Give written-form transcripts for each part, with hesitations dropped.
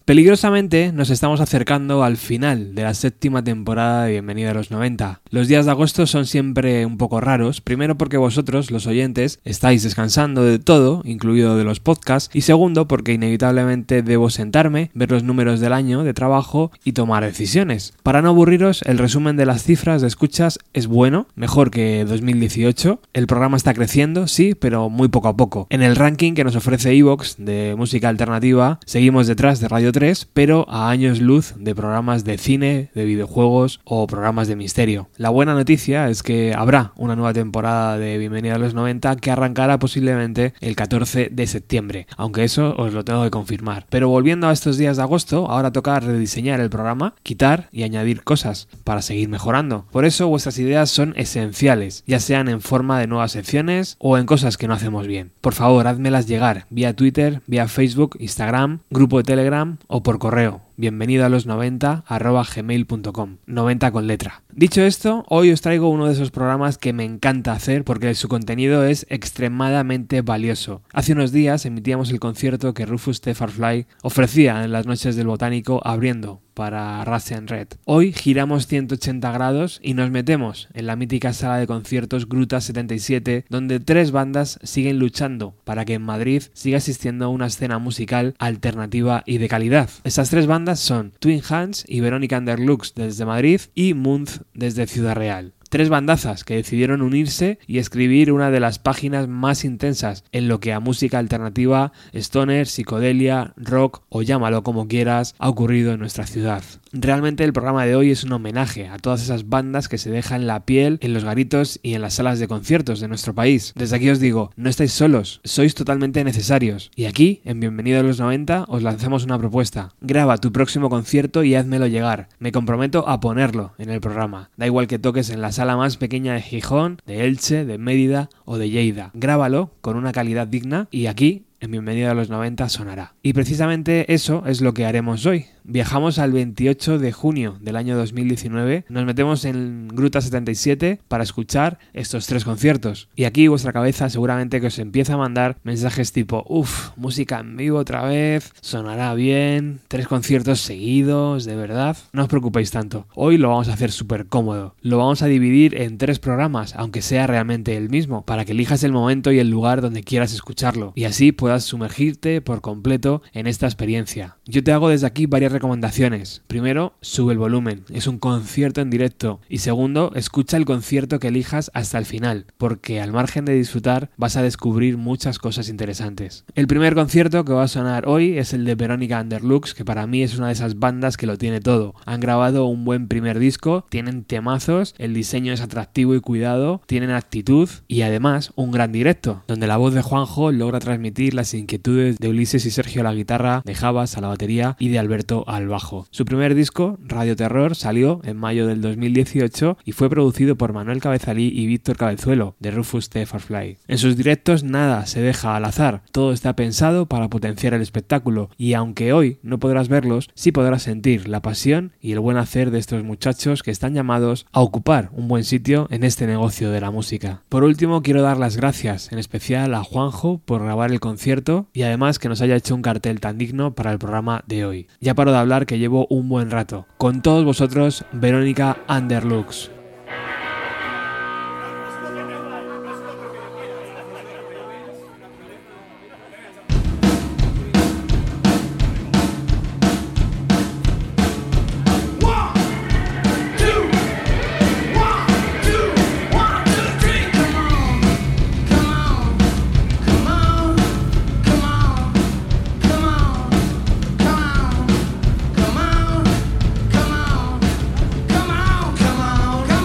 Peligrosamente nos estamos acercando al final de la 7ª temporada de Bienvenido a los 90. Los días de agosto son siempre un poco raros, primero porque vosotros, los oyentes, estáis descansando de todo, incluido de los podcasts, y segundo porque inevitablemente debo sentarme, ver los números del año de trabajo y tomar decisiones. Para no aburriros, el resumen de las cifras de escuchas es bueno, mejor que 2018. El programa está creciendo, sí, pero muy poco a poco. En el ranking que nos ofrece iVoox de música alternativa, seguimos detrás de Radio 3, pero a años luz de programas de cine, de videojuegos o programas de misterio. La buena noticia es que habrá una nueva temporada de Bienvenido a los 90 que arrancará posiblemente el 14 de septiembre, aunque eso os lo tengo que confirmar. Pero volviendo a estos días de agosto, ahora toca rediseñar el programa, quitar y añadir cosas para seguir mejorando. Por eso vuestras ideas son esenciales, ya sean en forma de nuevas secciones o en cosas que no hacemos bien. Por favor, házmelas llegar vía Twitter, vía Facebook, Instagram, grupo de Telegram o por correo. Bienvenido a los 90@gmail.com, 90 con letra. Dicho esto, hoy os traigo uno de esos programas que me encanta hacer porque su contenido es extremadamente valioso. Hace unos días emitíamos el concierto que Rufus T. Firefly ofrecía en las noches del Botánico abriendo para Russian Red. Hoy giramos 180 grados y nos metemos en la mítica sala de conciertos Gruta 77, donde 3 bandas siguen luchando para que en Madrid siga existiendo una escena musical alternativa y de calidad. Esas 3 bandas son Twin Hands y Veronica Underlux desde Madrid y Munz desde Ciudad Real. 3 bandazas que decidieron unirse y escribir una de las páginas más intensas en lo que a música alternativa, stoner, psicodelia, rock o llámalo como quieras, ha ocurrido en nuestra ciudad. Realmente el programa de hoy es un homenaje a todas esas bandas que se dejan la piel en los garitos y en las salas de conciertos de nuestro país. Desde aquí os digo, no estáis solos, sois totalmente necesarios. Y aquí, en Bienvenido a los 90, os lanzamos una propuesta. Graba tu próximo concierto y házmelo llegar. Me comprometo a ponerlo en el programa. Da igual que toques en la sala más pequeña de Gijón, de Elche, de Mérida o de Lleida. Grábalo con una calidad digna y aquí, en Bienvenido a los 90 sonará. Y precisamente eso es lo que haremos hoy. Viajamos al 28 de junio del año 2019, nos metemos en Gruta 77 para escuchar estos 3 conciertos. Y aquí vuestra cabeza seguramente que os empieza a mandar mensajes tipo música en vivo otra vez, sonará bien, 3 conciertos seguidos, de verdad. No os preocupéis tanto, hoy lo vamos a hacer súper cómodo. Lo vamos a dividir en 3 programas, aunque sea realmente el mismo, para que elijas el momento y el lugar donde quieras escucharlo. Y así puedas sumergirte por completo en esta experiencia. Yo te hago desde aquí varias recomendaciones. Primero, sube el volumen, es un concierto en directo. Y segundo, escucha el concierto que elijas hasta el final, porque al margen de disfrutar vas a descubrir muchas cosas interesantes. El primer concierto que va a sonar hoy es el de Veronica Underlux, que para mí es una de esas bandas que lo tiene todo. Han grabado un buen primer disco, tienen temazos, el diseño es atractivo y cuidado, tienen actitud y además un gran directo, donde la voz de Juanjo logra transmitir las inquietudes de Ulises y Sergio a la guitarra, de Javas a la batería y de Alberto al bajo. Su primer disco, Radio Terror, salió en mayo del 2018 y fue producido por Manuel Cabezalí y Víctor Cabezuelo, de Rufus T. Firefly. En sus directos nada se deja al azar, todo está pensado para potenciar el espectáculo y aunque hoy no podrás verlos, sí podrás sentir la pasión y el buen hacer de estos muchachos que están llamados a ocupar un buen sitio en este negocio de la música. Por último, quiero dar las gracias en especial a Juanjo por grabar el concierto y además que nos haya hecho un cartel tan digno para el programa de hoy. Ya paro de hablar que llevo un buen rato. Con todos vosotros, Veronica Underlux. Come on.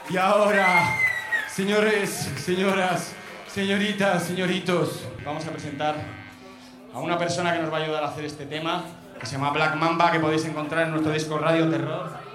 Y ahora, señores, señoras, señoritas, señoritos, vamos a presentar a una persona que nos va a ayudar a hacer este tema, que se llama Black Mamba, que podéis encontrar en nuestro disco Radio Terror.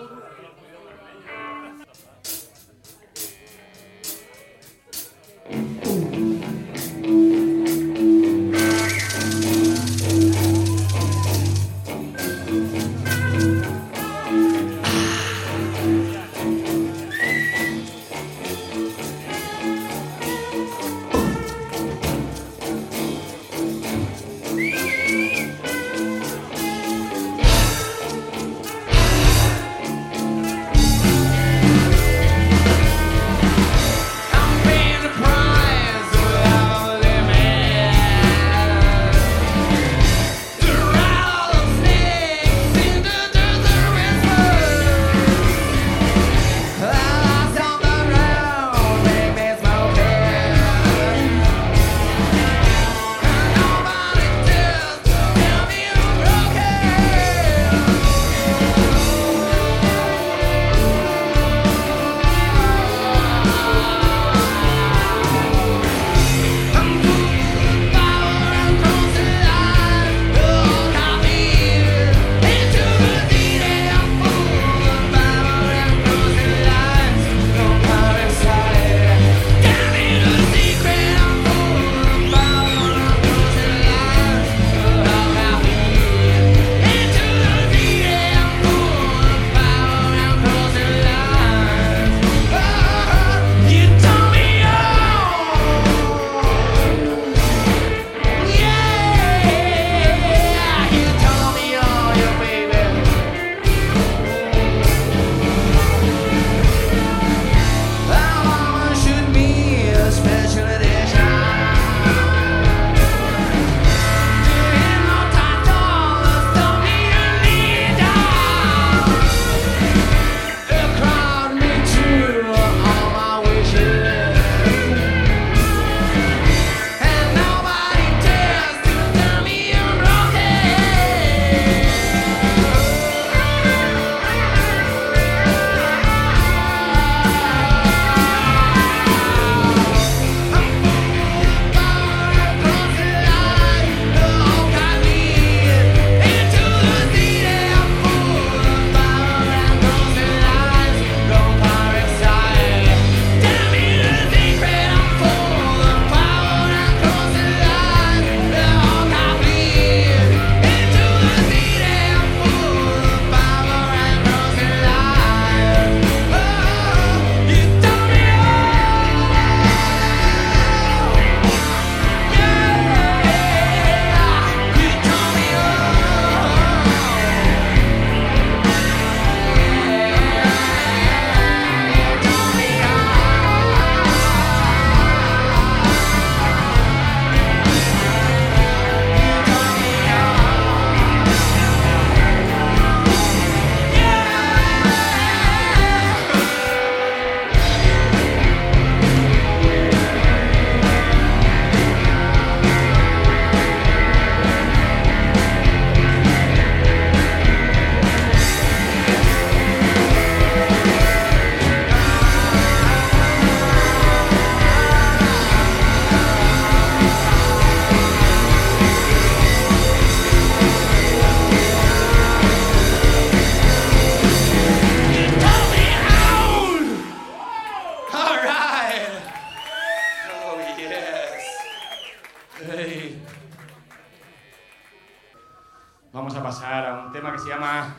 Vamos a pasar a un tema que se llama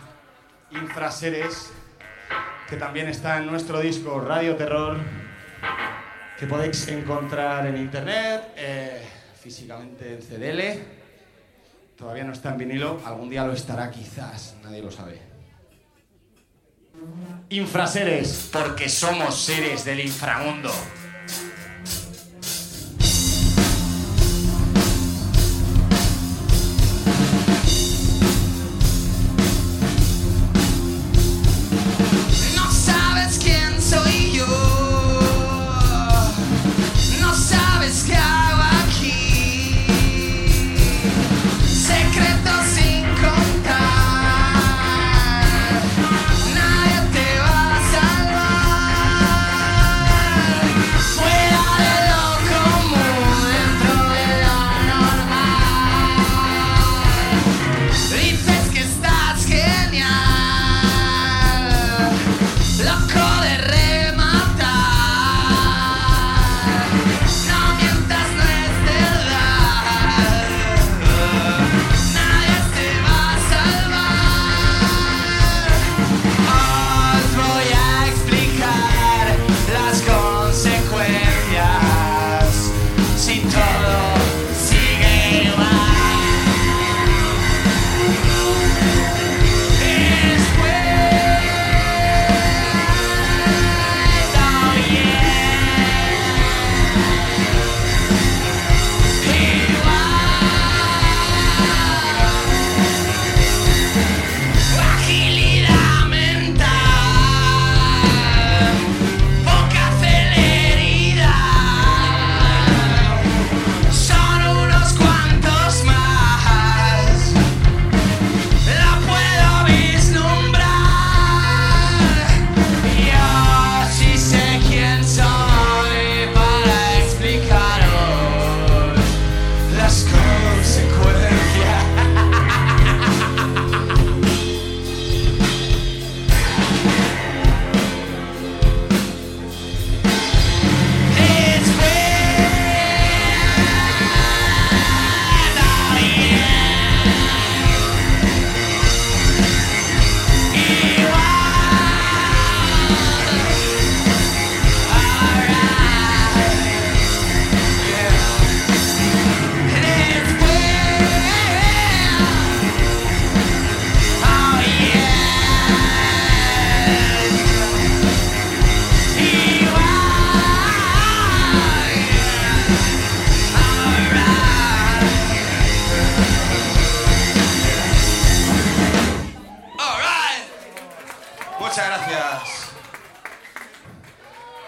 Infraseres, que también está en nuestro disco Radio Terror, que podéis encontrar en internet, físicamente en CDL. Todavía no está en vinilo, algún día lo estará quizás, nadie lo sabe. Infraseres, porque somos seres del inframundo. Nadie te va a salvar.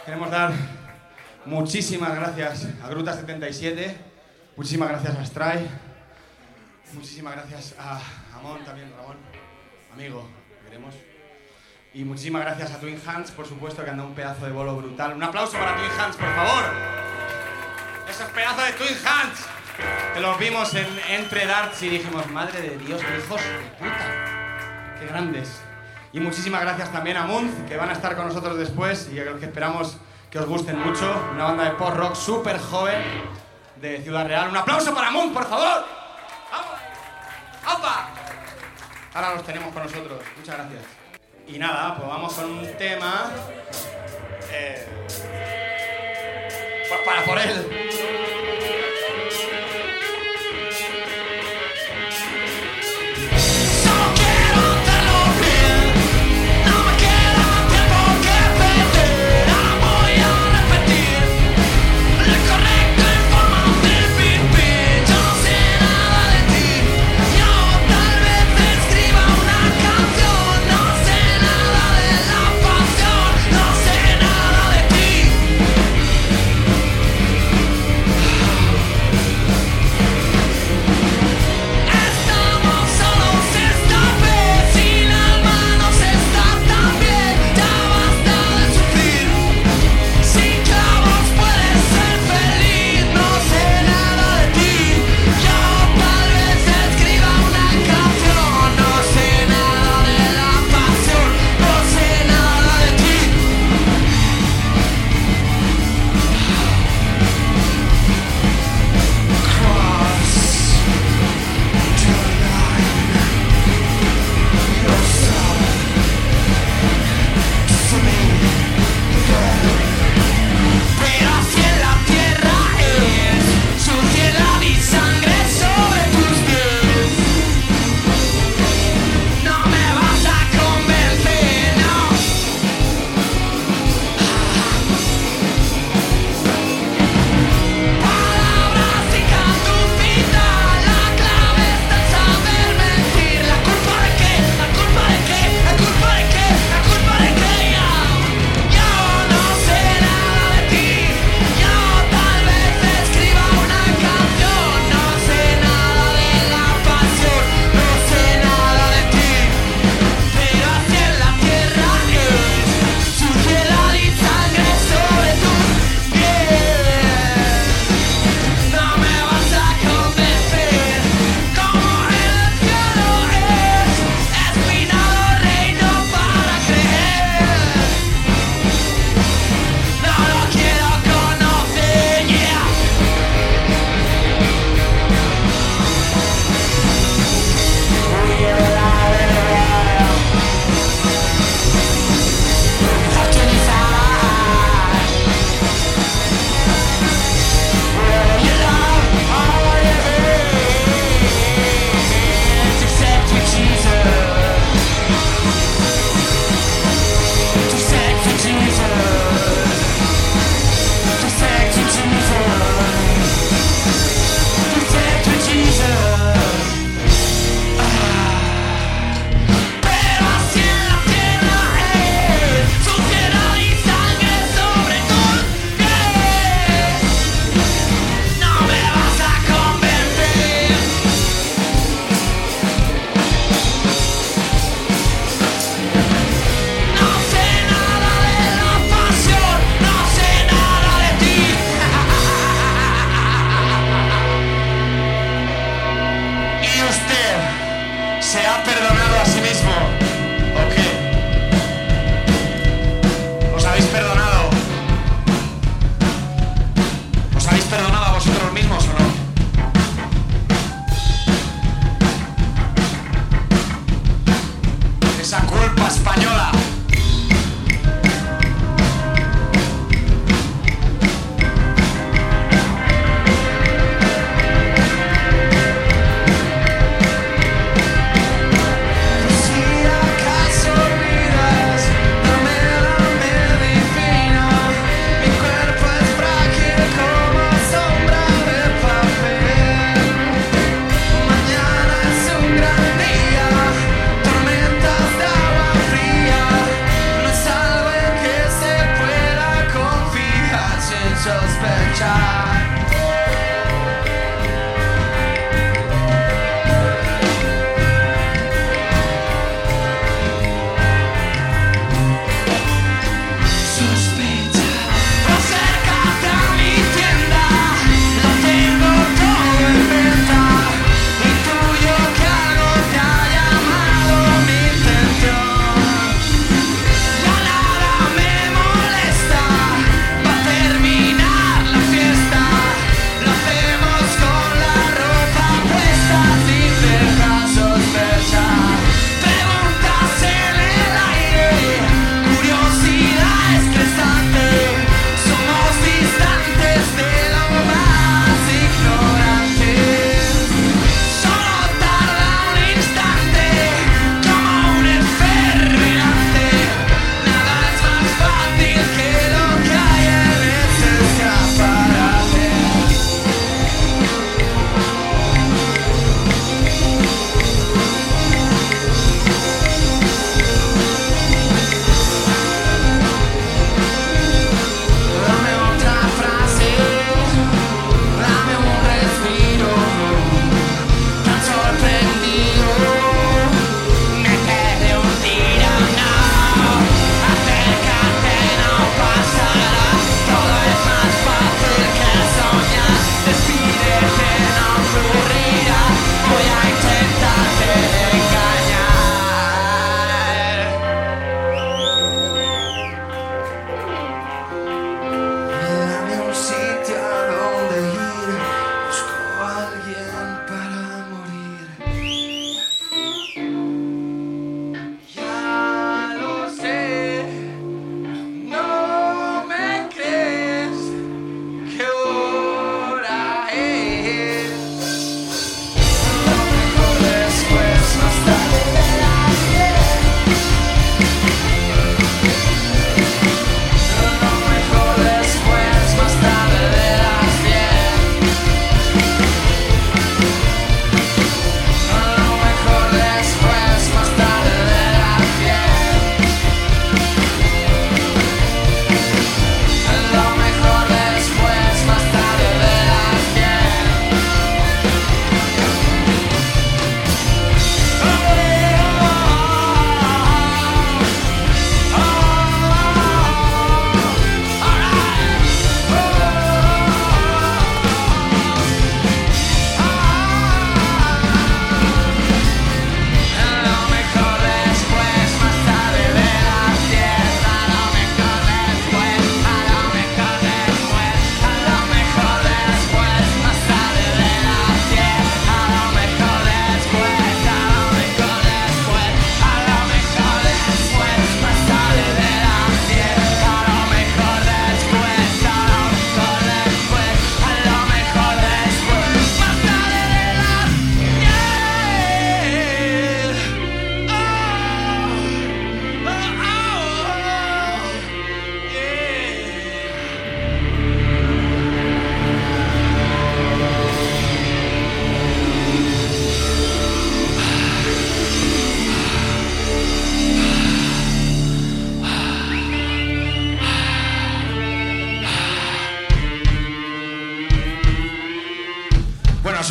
Queremos dar muchísimas gracias a Gruta77, muchísimas gracias a Stray, muchísimas gracias a Amon también, Ramón, amigo, queremos. Y muchísimas gracias a Twin Hands, por supuesto, que han dado un pedazo de bolo brutal. Un aplauso para Twin Hands, por favor. Esos pedazos de Twin Hands. Que los vimos en Entre Darts y dijimos, madre de Dios, qué hijos de puta. Qué grandes. Y muchísimas gracias también a Munz, que van a estar con nosotros después y que esperamos que os gusten mucho. Una banda de post-rock súper joven de Ciudad Real. Un aplauso para Munz, por favor. ¡Vamos! ¡Opa! Ahora los tenemos con nosotros. Muchas gracias. Y nada, pues vamos con un tema... pues para por él.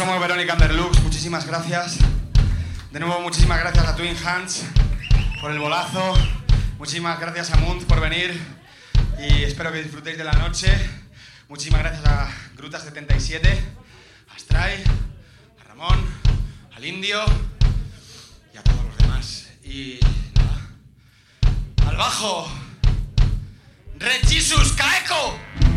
somos Verónica Underlux, muchísimas gracias. De nuevo, muchísimas gracias a Twin Hands por el bolazo. Muchísimas gracias a Munt por venir y espero que disfrutéis de la noche. Muchísimas gracias a Gruta77, a Stray, a Ramón, al Indio y a todos los demás. Y nada, al bajo, Red Jesus Caeco.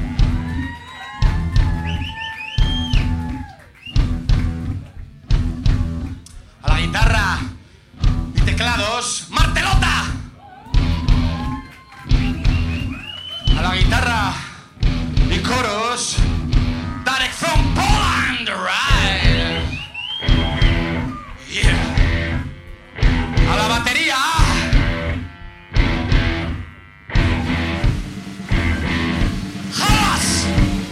A la guitarra y teclados, Martelota. A la guitarra y coros, Darek from Poland, right? Yeah. A la batería, Halas.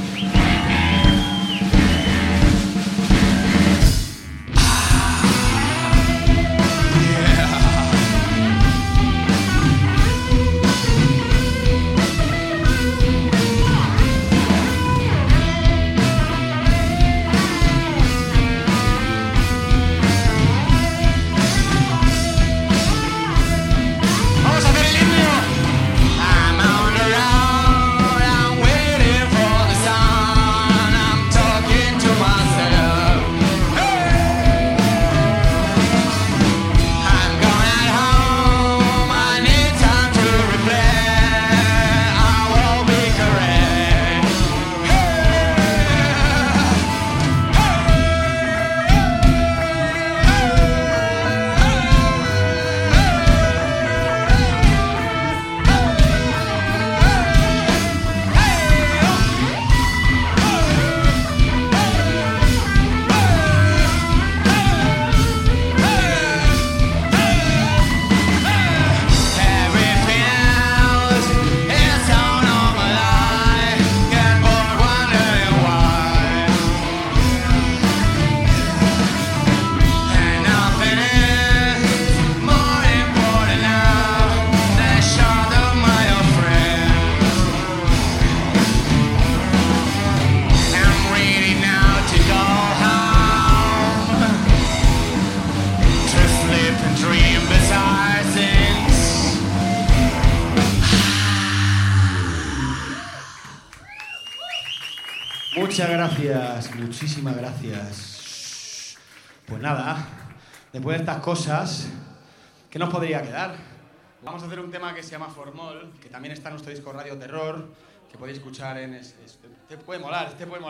Muchas gracias, muchísimas gracias. Pues nada, después de estas cosas, ¿qué nos podría quedar? Vamos a hacer un tema que se llama Formol, que también está en nuestro disco Radio Terror, que podéis escuchar en... Este puede molar.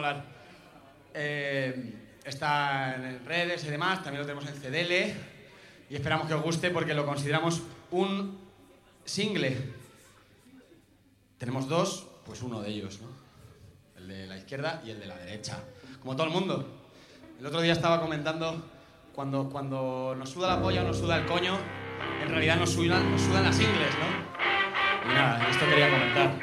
Está en redes y demás, también lo tenemos en CDL, y esperamos que os guste porque lo consideramos un single. Tenemos dos, pues uno de ellos, ¿no? El de la izquierda y el de la derecha, como todo el mundo. El otro día estaba comentando cuando nos suda la polla o nos suda el coño, en realidad nos sudan las ingles, ¿no? Y nada, esto quería comentar.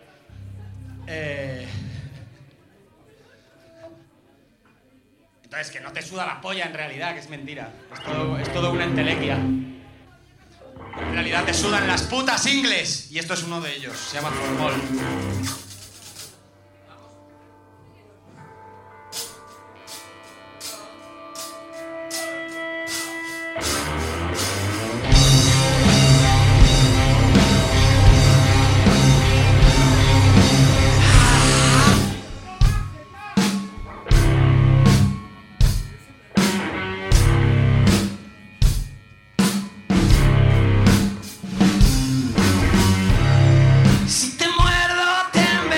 Entonces, que no te suda la polla en realidad, que es mentira. Es todo una entelequia. En realidad te sudan las putas ingles, y esto es uno de ellos, se llama Formol. Si te muerdo, te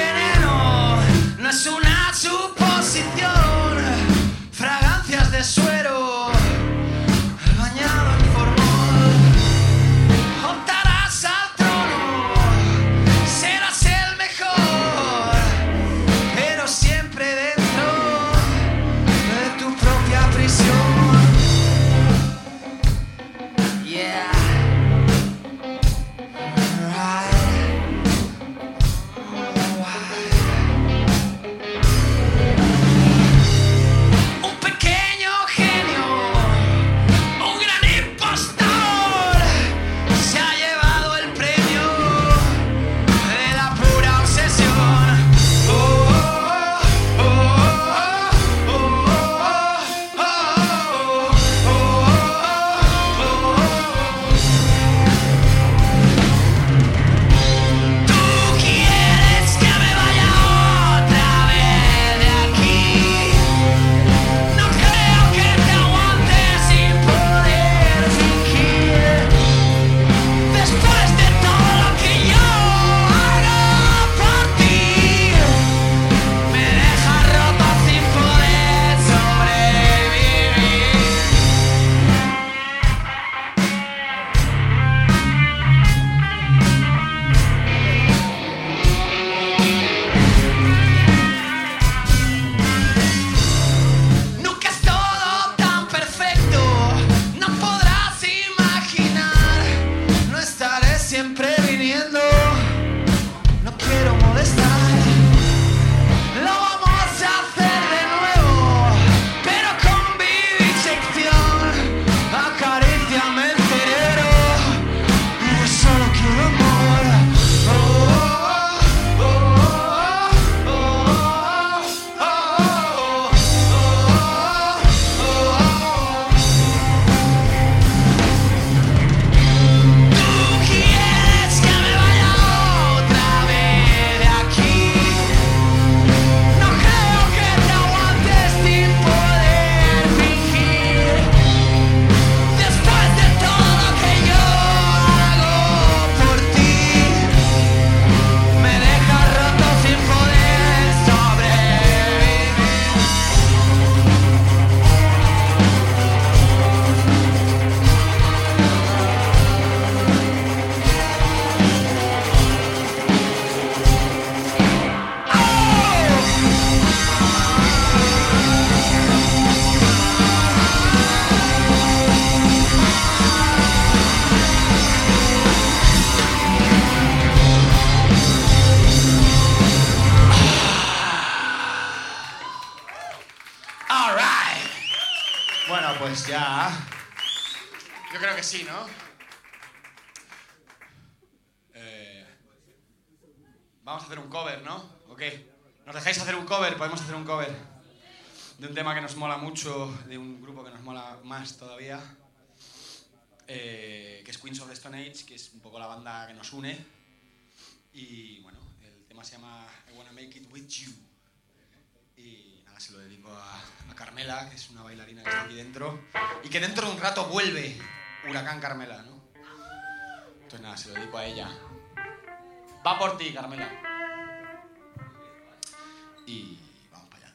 Pues ya. Yo creo que sí, ¿no? Vamos a hacer un cover, ¿no? ¿O qué? ¿Nos dejáis hacer un cover? Podemos hacer un cover de un tema que nos mola mucho, de un grupo que nos mola más todavía, que es Queens of the Stone Age, que es un poco la banda que nos une. Y bueno, el tema se llama I Wanna Make It With You. Y nada, se lo dedico a Carmela, que es una bailarina que está aquí dentro, y que dentro de un rato vuelve Huracán Carmela, ¿no? Entonces nada, se lo dedico a ella. Va por ti, Carmela. Y vamos para allá.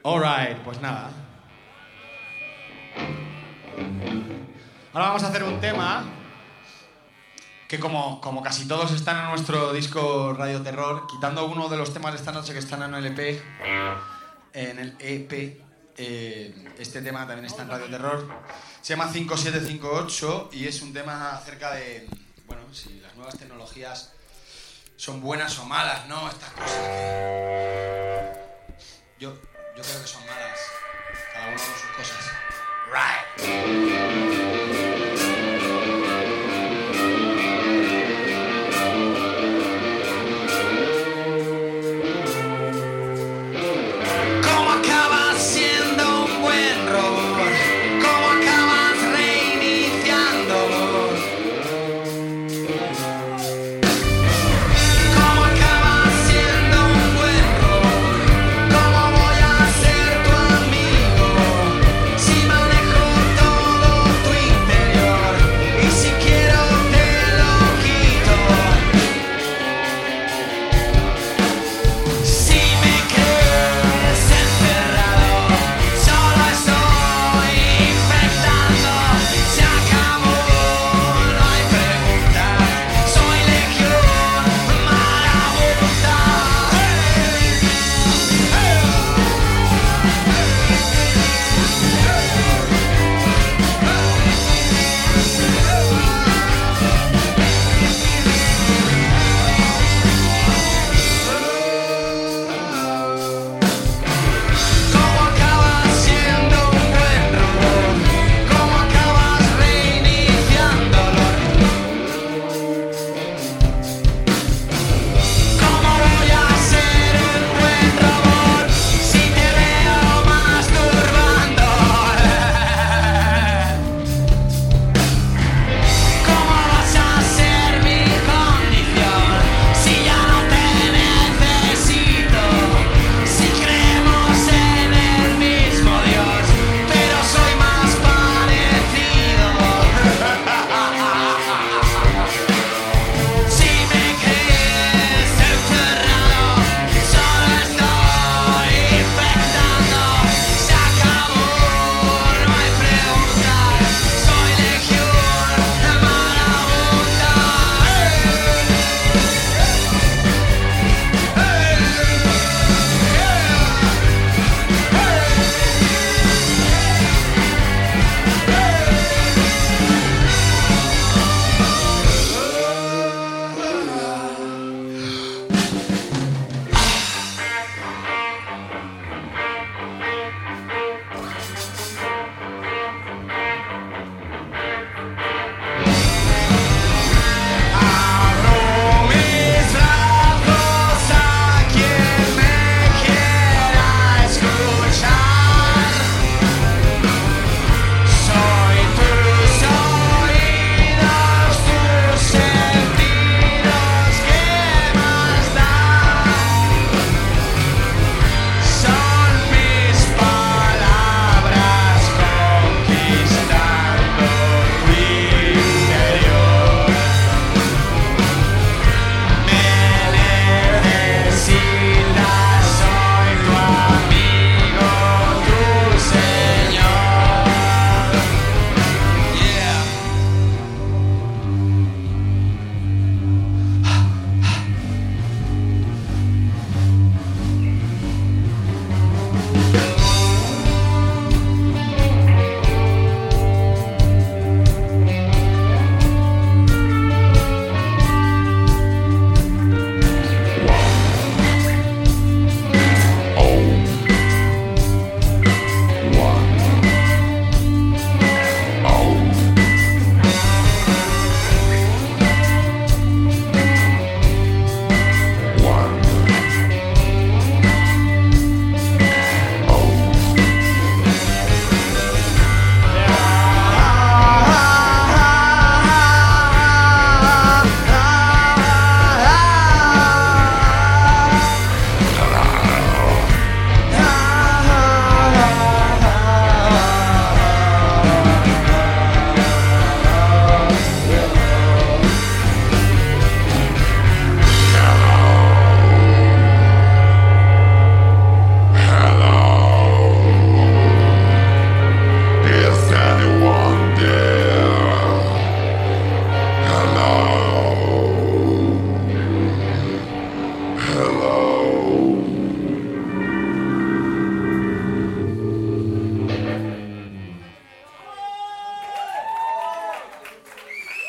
Alright, pues nada. Ahora vamos a hacer un tema que como casi todos están en nuestro disco Radio Terror, quitando uno de los temas de esta noche que están en el EP, este tema también está en Radio Terror. Se llama 5758 y es un tema acerca de, bueno, si las nuevas tecnologías son buenas o malas, ¿no? Estas cosas que yo creo que son malas, cada uno con sus cosas. Right. Todo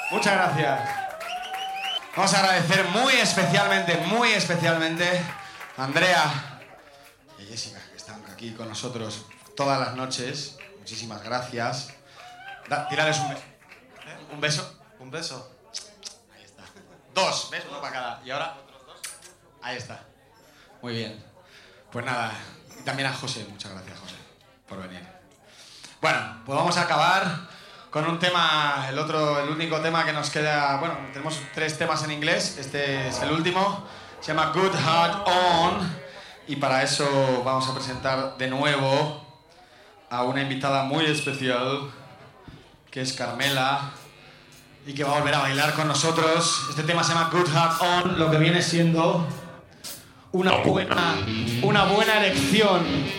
Muchas gracias. Vamos a agradecer muy especialmente a Andrea y a Jessica, que están aquí con nosotros todas las noches. Muchísimas gracias. Tírales un beso. ¿Un beso? ¿Un beso? Ahí está. 2, ¿ves? Uno para cada. ¿Y ahora? ¿Otros 2? Ahí está. Muy bien. Pues nada, y también a José. Muchas gracias, José, por venir. Bueno, pues vamos a acabar con un tema, el único tema que nos queda. Bueno, tenemos 3 temas en inglés, este es el último, se llama Good Heart On, y para eso vamos a presentar de nuevo a una invitada muy especial, que es Carmela, y que va a volver a bailar con nosotros. Este tema se llama Good Heart On, lo que viene siendo una buena erección.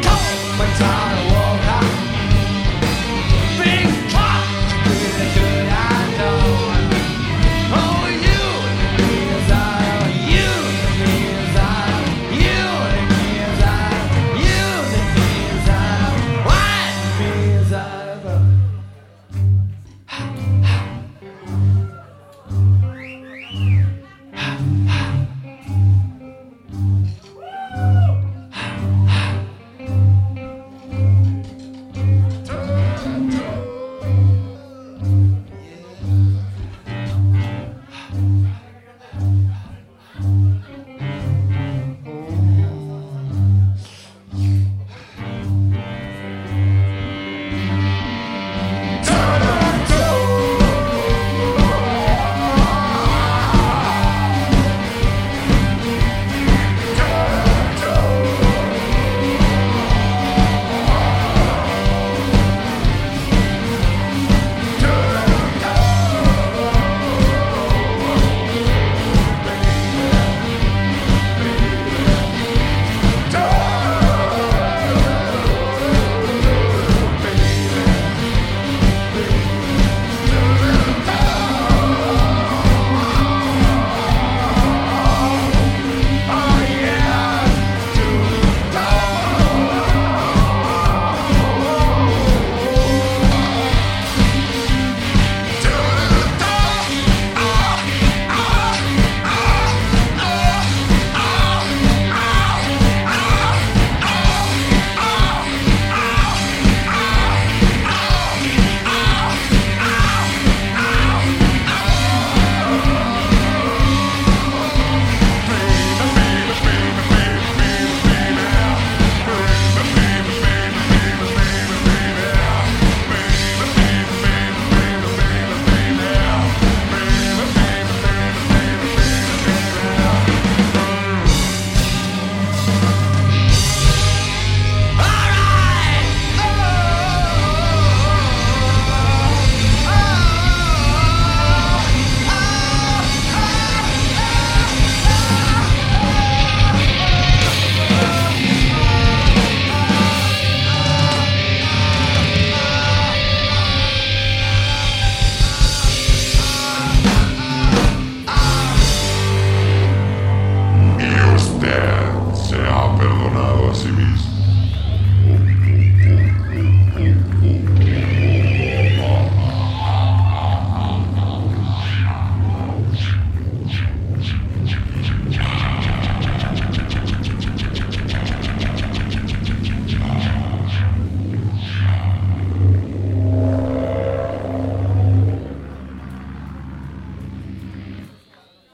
Good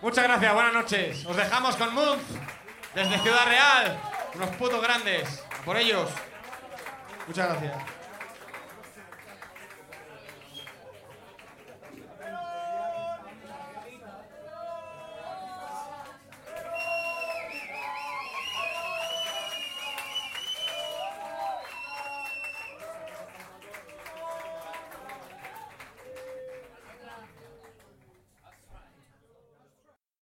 Muchas gracias, buenas noches. Os dejamos con Munz desde Ciudad Real. Unos putos grandes. A por ellos. Muchas gracias.